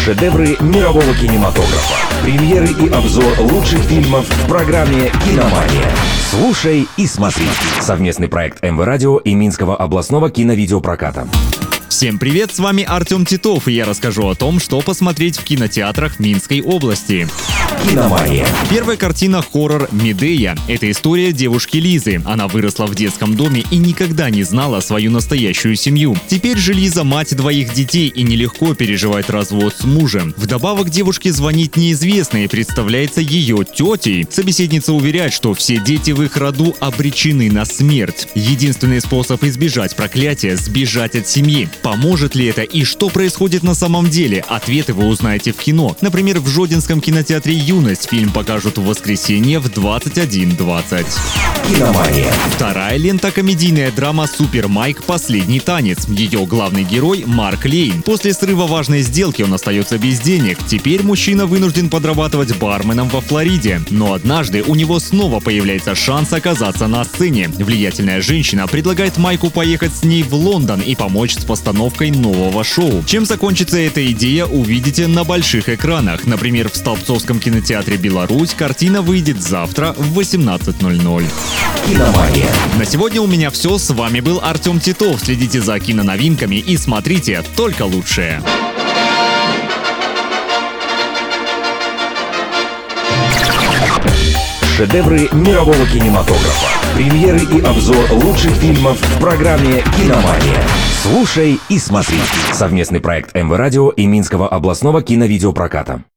Шедевры мирового кинематографа. Премьеры и обзор лучших фильмов в программе «Киномания». Слушай и смотри. Совместный проект МВ Радио и Минского областного киновидеопроката. Всем привет, с вами Артем Титов, и я расскажу о том, что посмотреть в кинотеатрах Минской области. «Киномания». Первая картина — хоррор «Медея». Это история девушки Лизы. Она выросла в детском доме и никогда не знала свою настоящую семью. Теперь же Лиза — мать двоих детей и нелегко переживает развод с мужем. Вдобавок девушке звонит неизвестный и представляется ее тетей. Собеседница уверяет, что все дети в их роду обречены на смерть. Единственный способ избежать проклятия — сбежать от семьи. Поможет ли это и что происходит на самом деле? Ответы вы узнаете в кино. Например, в Жодинском кинотеатре «Юность» фильм покажут в воскресенье в 21:20. «Киномания». Вторая лента — комедийная драма «Супер Майк. Последний танец». Ее главный герой — Марк Лейн. После срыва важной сделки он остается без денег. Теперь мужчина вынужден подрабатывать барменом во Флориде. Но однажды у него снова появляется шанс оказаться на сцене. Влиятельная женщина предлагает Майку поехать с ней в Лондон и помочь с постановкой нового шоу. Чем закончится эта идея, увидите на больших экранах. Например, в Столбцовском кинотеатре «Беларусь» картина выйдет завтра в 18:00. «Киномания». На сегодня у меня все. С вами был Артем Титов. Следите за киноновинками и смотрите только лучшее. Шедевры мирового кинематографа. Премьеры и обзор лучших фильмов в программе «Киномания». Слушай и смотри. Совместный проект МВ Радио и Минского областного киновидеопроката.